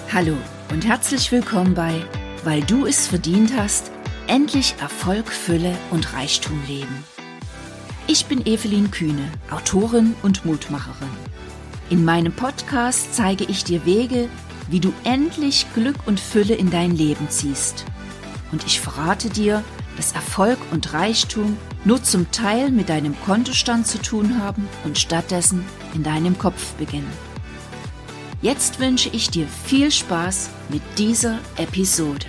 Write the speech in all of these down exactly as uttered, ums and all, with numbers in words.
Hallo und herzlich willkommen bei Weil du es verdient hast, endlich Erfolg, Fülle und Reichtum leben. Ich bin Evelyn Kühne, Autorin und Mutmacherin. In meinem Podcast zeige ich dir Wege, wie du endlich Glück und Fülle in dein Leben ziehst. Und ich verrate dir, dass Erfolg und Reichtum nur zum Teil mit deinem Kontostand zu tun haben und stattdessen in deinem Kopf beginnen. Jetzt wünsche ich dir viel Spaß mit dieser Episode.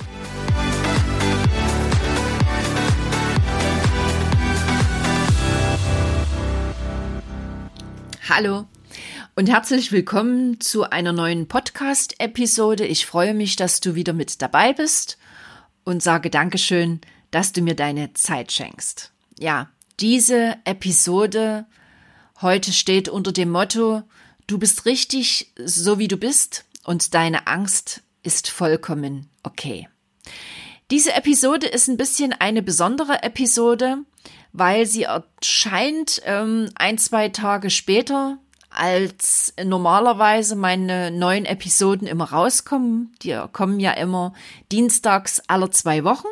Hallo und herzlich willkommen zu einer neuen Podcast-Episode. Ich freue mich, dass du wieder mit dabei bist und sage Dankeschön, dass du mir deine Zeit schenkst. Ja, diese Episode heute steht unter dem Motto: Du bist richtig, so wie du bist, und deine Angst ist vollkommen okay. Diese Episode ist ein bisschen eine besondere Episode, weil sie erscheint ähm, ein, zwei Tage später, als normalerweise meine neuen Episoden immer rauskommen. Die kommen ja immer dienstags alle zwei Wochen.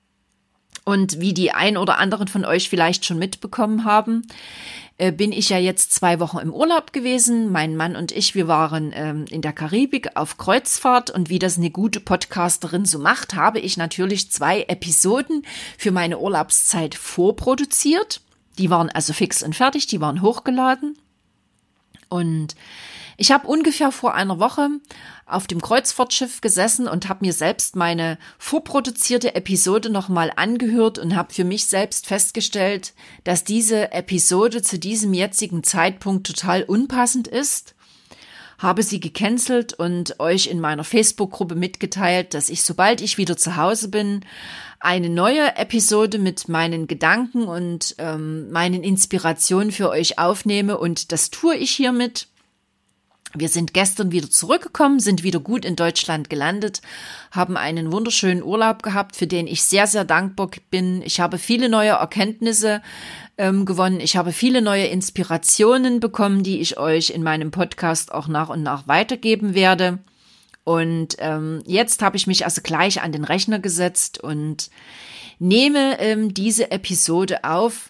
Und wie die ein oder anderen von euch vielleicht schon mitbekommen haben, äh, bin ich ja jetzt zwei Wochen im Urlaub gewesen. Mein Mann und ich, wir waren ähm, in der Karibik auf Kreuzfahrt. Und wie das eine gute Podcasterin so macht, habe ich natürlich zwei Episoden für meine Urlaubszeit vorproduziert. Die waren also fix und fertig, die waren hochgeladen. Und ich habe ungefähr vor einer Woche auf dem Kreuzfahrtschiff gesessen und habe mir selbst meine vorproduzierte Episode nochmal angehört und habe für mich selbst festgestellt, dass diese Episode zu diesem jetzigen Zeitpunkt total unpassend ist. Habe sie gecancelt und euch in meiner Facebook-Gruppe mitgeteilt, dass ich, sobald ich wieder zu Hause bin, eine neue Episode mit meinen Gedanken und ähm, meinen Inspirationen für euch aufnehme, und das tue ich hiermit. Wir sind gestern wieder zurückgekommen, sind wieder gut in Deutschland gelandet, haben einen wunderschönen Urlaub gehabt, für den ich sehr, sehr dankbar bin. Ich habe viele neue Erkenntnisse ähm, gewonnen. Ich habe viele neue Inspirationen bekommen, die ich euch in meinem Podcast auch nach und nach weitergeben werde. Und ähm, jetzt habe ich mich also gleich an den Rechner gesetzt und nehme ähm, diese Episode auf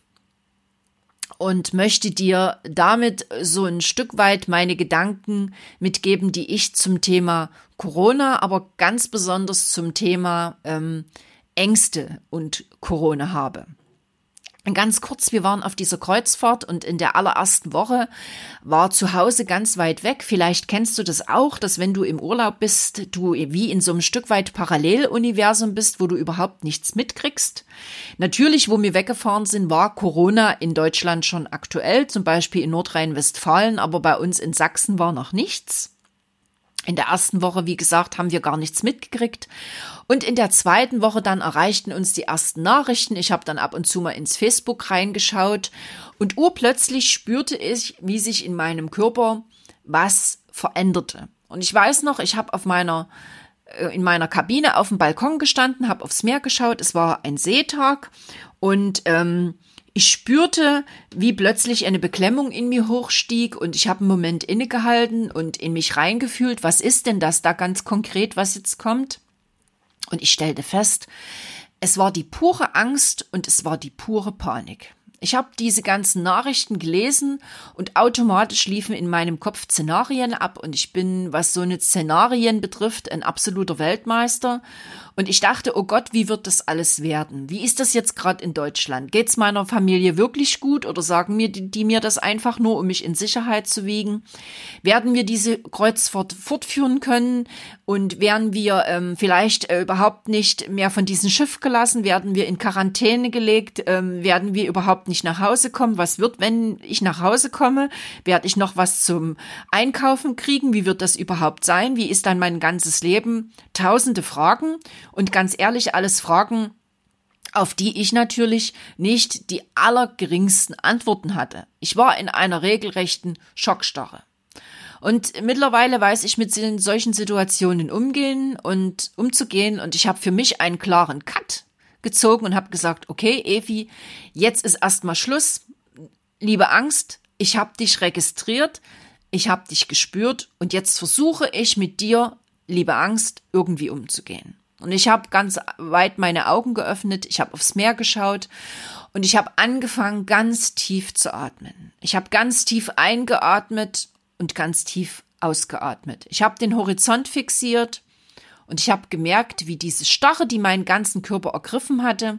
und möchte dir damit so ein Stück weit meine Gedanken mitgeben, die ich zum Thema Corona, aber ganz besonders zum Thema ähm, Ängste und Corona habe. Ganz kurz, wir waren auf dieser Kreuzfahrt und in der allerersten Woche war zu Hause ganz weit weg. Vielleicht kennst du das auch, dass wenn du im Urlaub bist, du wie in so einem Stück weit Paralleluniversum bist, wo du überhaupt nichts mitkriegst. Natürlich, wo wir weggefahren sind, war Corona in Deutschland schon aktuell, zum Beispiel in Nordrhein-Westfalen, aber bei uns in Sachsen war noch nichts. In der ersten Woche, wie gesagt, haben wir gar nichts mitgekriegt. Und in der zweiten Woche dann erreichten uns die ersten Nachrichten. Ich habe dann ab und zu mal ins Facebook reingeschaut und urplötzlich spürte ich, wie sich in meinem Körper was veränderte. Und ich weiß noch, ich habe auf meiner in meiner Kabine auf dem Balkon gestanden, habe aufs Meer geschaut. Es war ein Seetag und ähm, ich spürte, wie plötzlich eine Beklemmung in mir hochstieg, und ich habe einen Moment innegehalten und in mich reingefühlt, was ist denn das da ganz konkret, was jetzt kommt? Und ich stellte fest, es war die pure Angst und es war die pure Panik. Ich habe diese ganzen Nachrichten gelesen und automatisch liefen in meinem Kopf Szenarien ab, und ich bin, was so eine Szenarien betrifft, ein absoluter Weltmeister. Und ich dachte, oh Gott, wie wird das alles werden? Wie ist das jetzt gerade in Deutschland? Geht's meiner Familie wirklich gut, oder sagen mir die, die mir das einfach nur, um mich in Sicherheit zu wiegen? Werden wir diese Kreuzfahrt fortführen können? Und werden wir ähm, vielleicht äh, überhaupt nicht mehr von diesem Schiff gelassen? Werden wir in Quarantäne gelegt? Ähm, werden wir überhaupt nicht nach Hause kommen? Was wird, wenn ich nach Hause komme? Werde ich noch was zum Einkaufen kriegen? Wie wird das überhaupt sein? Wie ist dann mein ganzes Leben? Tausende Fragen. Und ganz ehrlich, alles Fragen, auf die ich natürlich nicht die allergeringsten Antworten hatte. Ich war in einer regelrechten Schockstarre. Und mittlerweile weiß ich mit solchen Situationen umgehen und umzugehen. Und ich habe für mich einen klaren Cut gezogen und habe gesagt, okay, Evi, jetzt ist erstmal Schluss. Liebe Angst, ich habe dich registriert, ich habe dich gespürt und jetzt versuche ich mit dir liebe Angst, irgendwie umzugehen. Und ich habe ganz weit meine Augen geöffnet, ich habe aufs Meer geschaut und ich habe angefangen, ganz tief zu atmen. Ich habe ganz tief eingeatmet und ganz tief ausgeatmet. Ich habe den Horizont fixiert und ich habe gemerkt, wie diese Starre, die meinen ganzen Körper ergriffen hatte,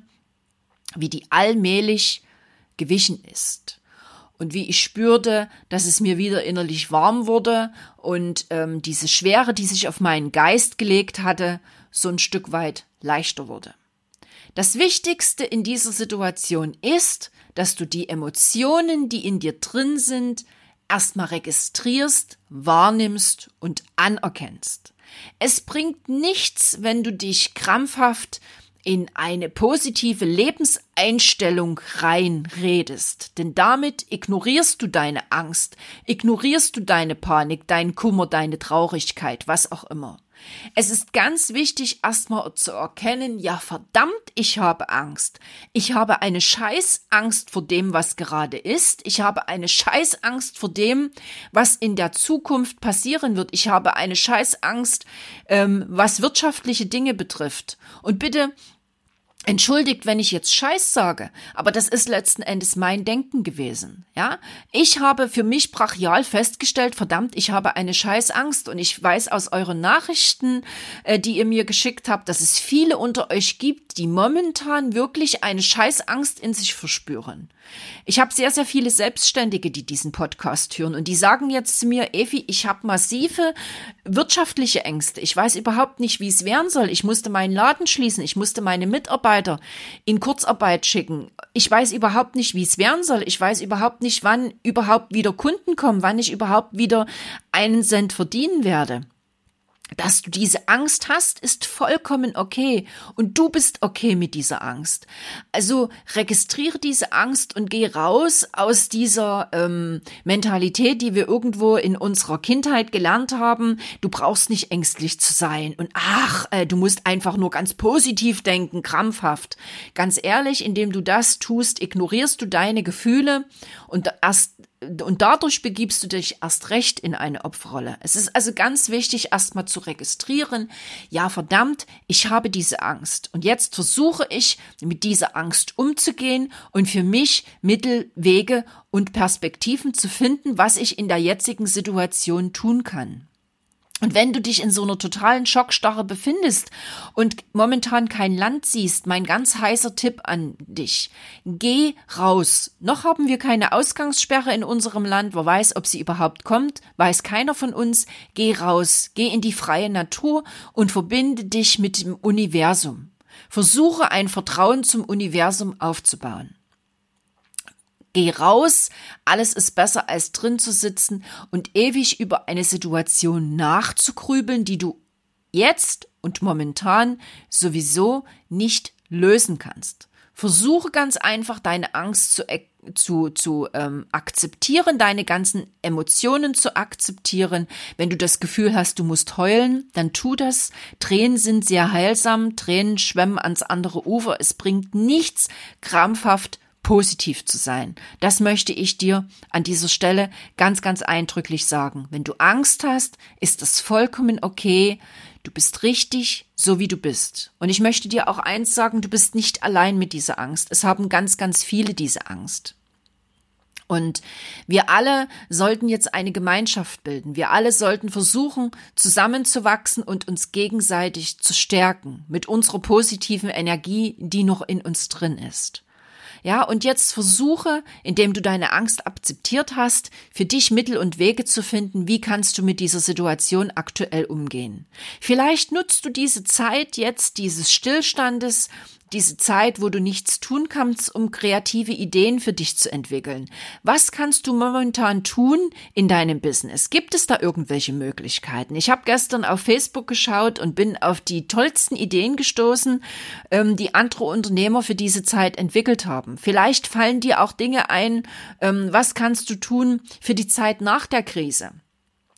wie die allmählich gewichen ist. Und wie ich spürte, dass es mir wieder innerlich warm wurde und ähm, diese Schwere, die sich auf meinen Geist gelegt hatte, so ein Stück weit leichter wurde. Das Wichtigste in dieser Situation ist, dass du die Emotionen, die in dir drin sind, erstmal registrierst, wahrnimmst und anerkennst. Es bringt nichts, wenn du dich krampfhaft in eine positive Lebenseinstellung reinredest, denn damit ignorierst du deine Angst, ignorierst du deine Panik, deinen Kummer, deine Traurigkeit, was auch immer. Es ist ganz wichtig, erstmal zu erkennen, ja verdammt, ich habe Angst. Ich habe eine Scheißangst vor dem, was gerade ist. Ich habe eine Scheißangst vor dem, was in der Zukunft passieren wird. Ich habe eine Scheißangst, ähm, was wirtschaftliche Dinge betrifft. Und bitte, entschuldigt, wenn ich jetzt Scheiß sage, aber das ist letzten Endes mein Denken gewesen, ja. Ich habe für mich brachial festgestellt, verdammt, ich habe eine Scheißangst und ich weiß aus euren Nachrichten, äh, die ihr mir geschickt habt, dass es viele unter euch gibt, die momentan wirklich eine Scheißangst in sich verspüren. Ich habe sehr, sehr viele Selbstständige, die diesen Podcast hören und die sagen jetzt zu mir, Evi, ich habe massive wirtschaftliche Ängste. Ich weiß überhaupt nicht, wie es werden soll. Ich musste meinen Laden schließen. Ich musste meine Mitarbeiter in Kurzarbeit schicken. Ich weiß überhaupt nicht, wie es werden soll. Ich weiß überhaupt nicht, wann überhaupt wieder Kunden kommen, wann ich überhaupt wieder einen Cent verdienen werde. Dass du diese Angst hast, ist vollkommen okay und du bist okay mit dieser Angst. Also registriere diese Angst und geh raus aus dieser ähm, Mentalität, die wir irgendwo in unserer Kindheit gelernt haben. Du brauchst nicht ängstlich zu sein und ach, äh, du musst einfach nur ganz positiv denken, krampfhaft. Ganz ehrlich, indem du das tust, ignorierst du deine Gefühle und erst Und dadurch begibst du dich erst recht in eine Opferrolle. Es ist also ganz wichtig, erstmal zu registrieren, ja verdammt, ich habe diese Angst. Und jetzt versuche ich, mit dieser Angst umzugehen und für mich Mittel, Wege und Perspektiven zu finden, was ich in der jetzigen Situation tun kann. Und wenn du dich in so einer totalen Schockstarre befindest und momentan kein Land siehst, mein ganz heißer Tipp an dich, geh raus. Noch haben wir keine Ausgangssperre in unserem Land, wer weiß, ob sie überhaupt kommt, weiß keiner von uns. Geh raus, geh in die freie Natur und verbinde dich mit dem Universum. Versuche ein Vertrauen zum Universum aufzubauen. Geh raus, alles ist besser als drin zu sitzen und ewig über eine Situation nachzugrübeln, die du jetzt und momentan sowieso nicht lösen kannst. Versuche ganz einfach, deine Angst zu, zu, zu ähm, akzeptieren, deine ganzen Emotionen zu akzeptieren. Wenn du das Gefühl hast, du musst heulen, dann tu das. Tränen sind sehr heilsam, Tränen schwemmen ans andere Ufer. Es bringt nichts, krampfhaft positiv zu sein. Das möchte ich dir an dieser Stelle ganz, ganz eindrücklich sagen. Wenn du Angst hast, ist das vollkommen okay. Du bist richtig, so wie du bist. Und ich möchte dir auch eins sagen, du bist nicht allein mit dieser Angst. Es haben ganz, ganz viele diese Angst. Und wir alle sollten jetzt eine Gemeinschaft bilden. Wir alle sollten versuchen, zusammenzuwachsen und uns gegenseitig zu stärken mit unserer positiven Energie, die noch in uns drin ist. Ja, und jetzt versuche, indem du deine Angst akzeptiert hast, für dich Mittel und Wege zu finden, wie kannst du mit dieser Situation aktuell umgehen. Vielleicht nutzt du diese Zeit jetzt dieses Stillstandes, diese Zeit, wo du nichts tun kannst, um kreative Ideen für dich zu entwickeln. Was kannst du momentan tun in deinem Business? Gibt es da irgendwelche Möglichkeiten? Ich habe gestern auf Facebook geschaut und bin auf die tollsten Ideen gestoßen, ähm, die andere Unternehmer für diese Zeit entwickelt haben. Vielleicht fallen dir auch Dinge ein, ähm, was kannst du tun für die Zeit nach der Krise?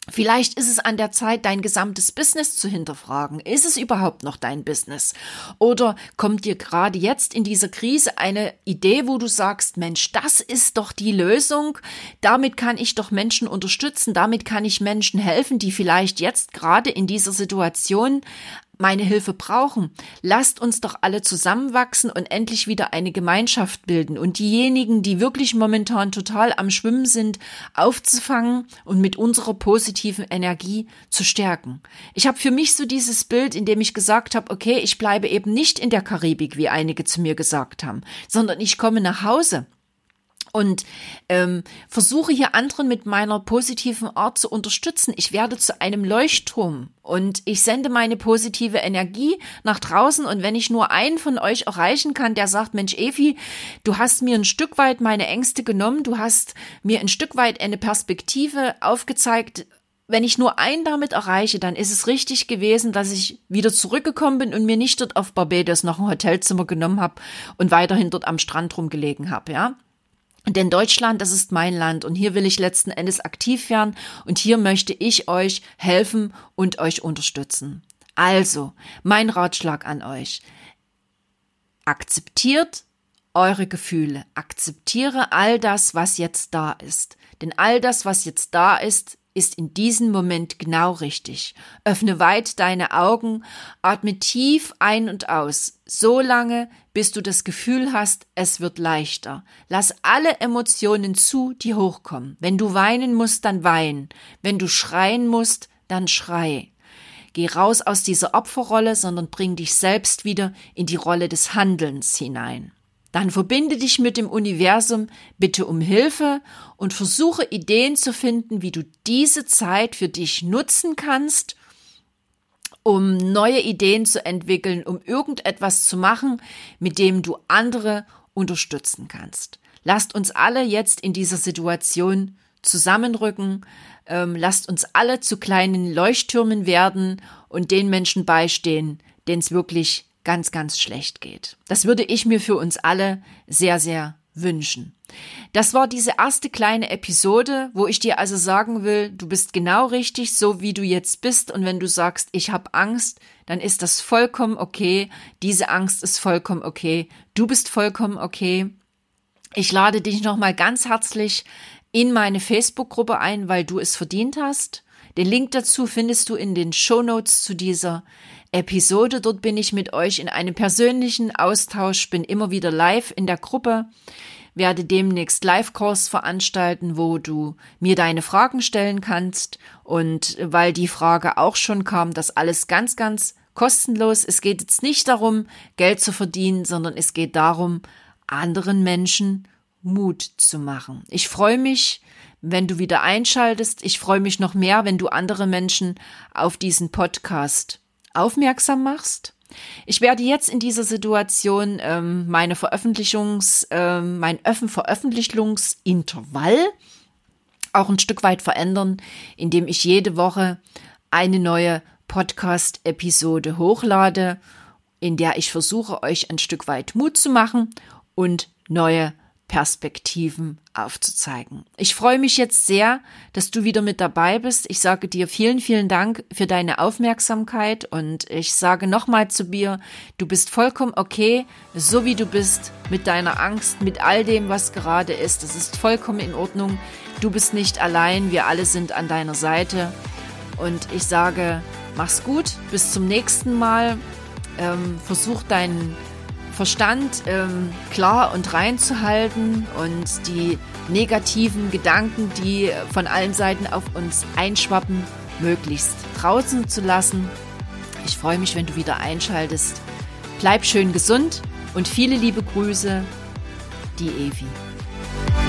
Vielleicht ist es an der Zeit, dein gesamtes Business zu hinterfragen. Ist es überhaupt noch dein Business? Oder kommt dir gerade jetzt in dieser Krise eine Idee, wo du sagst, Mensch, das ist doch die Lösung. Damit kann ich doch Menschen unterstützen. Damit kann ich Menschen helfen, die vielleicht jetzt gerade in dieser Situation meine Hilfe brauchen. Lasst uns doch alle zusammenwachsen und endlich wieder eine Gemeinschaft bilden und diejenigen, die wirklich momentan total am Schwimmen sind, aufzufangen und mit unserer positiven Energie zu stärken. Ich habe für mich so dieses Bild, in dem ich gesagt habe, okay, ich bleibe eben nicht in der Karibik, wie einige zu mir gesagt haben, sondern ich komme nach Hause. Und ähm, versuche hier anderen mit meiner positiven Art zu unterstützen. Ich werde zu einem Leuchtturm und ich sende meine positive Energie nach draußen. Und wenn ich nur einen von euch erreichen kann, der sagt, Mensch Evi, du hast mir ein Stück weit meine Ängste genommen, du hast mir ein Stück weit eine Perspektive aufgezeigt. Wenn ich nur einen damit erreiche, dann ist es richtig gewesen, dass ich wieder zurückgekommen bin und mir nicht dort auf Barbados noch ein Hotelzimmer genommen habe und weiterhin dort am Strand rumgelegen habe, ja. Denn Deutschland, das ist mein Land und hier will ich letzten Endes aktiv werden und hier möchte ich euch helfen und euch unterstützen. Also, mein Ratschlag an euch. Akzeptiert eure Gefühle, akzeptiere all das, was jetzt da ist. Denn all das, was jetzt da ist, ist in diesem Moment genau richtig. Öffne weit deine Augen, atme tief ein und aus, so lange, bis du das Gefühl hast, es wird leichter. Lass alle Emotionen zu, die hochkommen. Wenn du weinen musst, dann wein. Wenn du schreien musst, dann schrei. Geh raus aus dieser Opferrolle, sondern bring dich selbst wieder in die Rolle des Handelns hinein. Dann verbinde dich mit dem Universum, bitte um Hilfe und versuche Ideen zu finden, wie du diese Zeit für dich nutzen kannst, um neue Ideen zu entwickeln, um irgendetwas zu machen, mit dem du andere unterstützen kannst. Lasst uns alle jetzt in dieser Situation zusammenrücken, ähm, lasst uns alle zu kleinen Leuchttürmen werden und den Menschen beistehen, denen es wirklich ganz, ganz schlecht geht. Das würde ich mir für uns alle sehr, sehr wünschen. Das war diese erste kleine Episode, wo ich dir also sagen will, du bist genau richtig, so wie du jetzt bist. Und wenn du sagst, ich habe Angst, dann ist das vollkommen okay. Diese Angst ist vollkommen okay. Du bist vollkommen okay. Ich lade dich nochmal ganz herzlich in meine Facebook-Gruppe ein, weil du es verdient hast. Den Link dazu findest du in den Shownotes zu dieser Episode. Dort bin ich mit euch in einem persönlichen Austausch, bin immer wieder live in der Gruppe, werde demnächst Live-Kurs veranstalten, wo du mir deine Fragen stellen kannst. Und weil die Frage auch schon kam, das alles ganz, ganz kostenlos. Es geht jetzt nicht darum, Geld zu verdienen, sondern es geht darum, anderen Menschen Mut zu machen. Ich freue mich, wenn du wieder einschaltest. Ich freue mich noch mehr, wenn du andere Menschen auf diesen Podcast aufmerksam machst. Ich werde jetzt in dieser Situation ähm, meine Veröffentlichungs, ähm, mein Öffn- Veröffentlichungsintervall auch ein Stück weit verändern, indem ich jede Woche eine neue Podcast-Episode hochlade, in der ich versuche, euch ein Stück weit Mut zu machen und neue Perspektiven aufzuzeigen. Ich freue mich jetzt sehr, dass du wieder mit dabei bist. Ich sage dir vielen, vielen Dank für deine Aufmerksamkeit und ich sage nochmal zu dir, du bist vollkommen okay, so wie du bist, mit deiner Angst, mit all dem, was gerade ist. Das ist vollkommen in Ordnung. Du bist nicht allein, wir alle sind an deiner Seite und ich sage, mach's gut, bis zum nächsten Mal. Ähm, versuch deinen Verstand ähm, klar und rein zu halten und die negativen Gedanken, die von allen Seiten auf uns einschwappen, möglichst draußen zu lassen. Ich freue mich, wenn du wieder einschaltest. Bleib schön gesund und viele liebe Grüße, die Evi.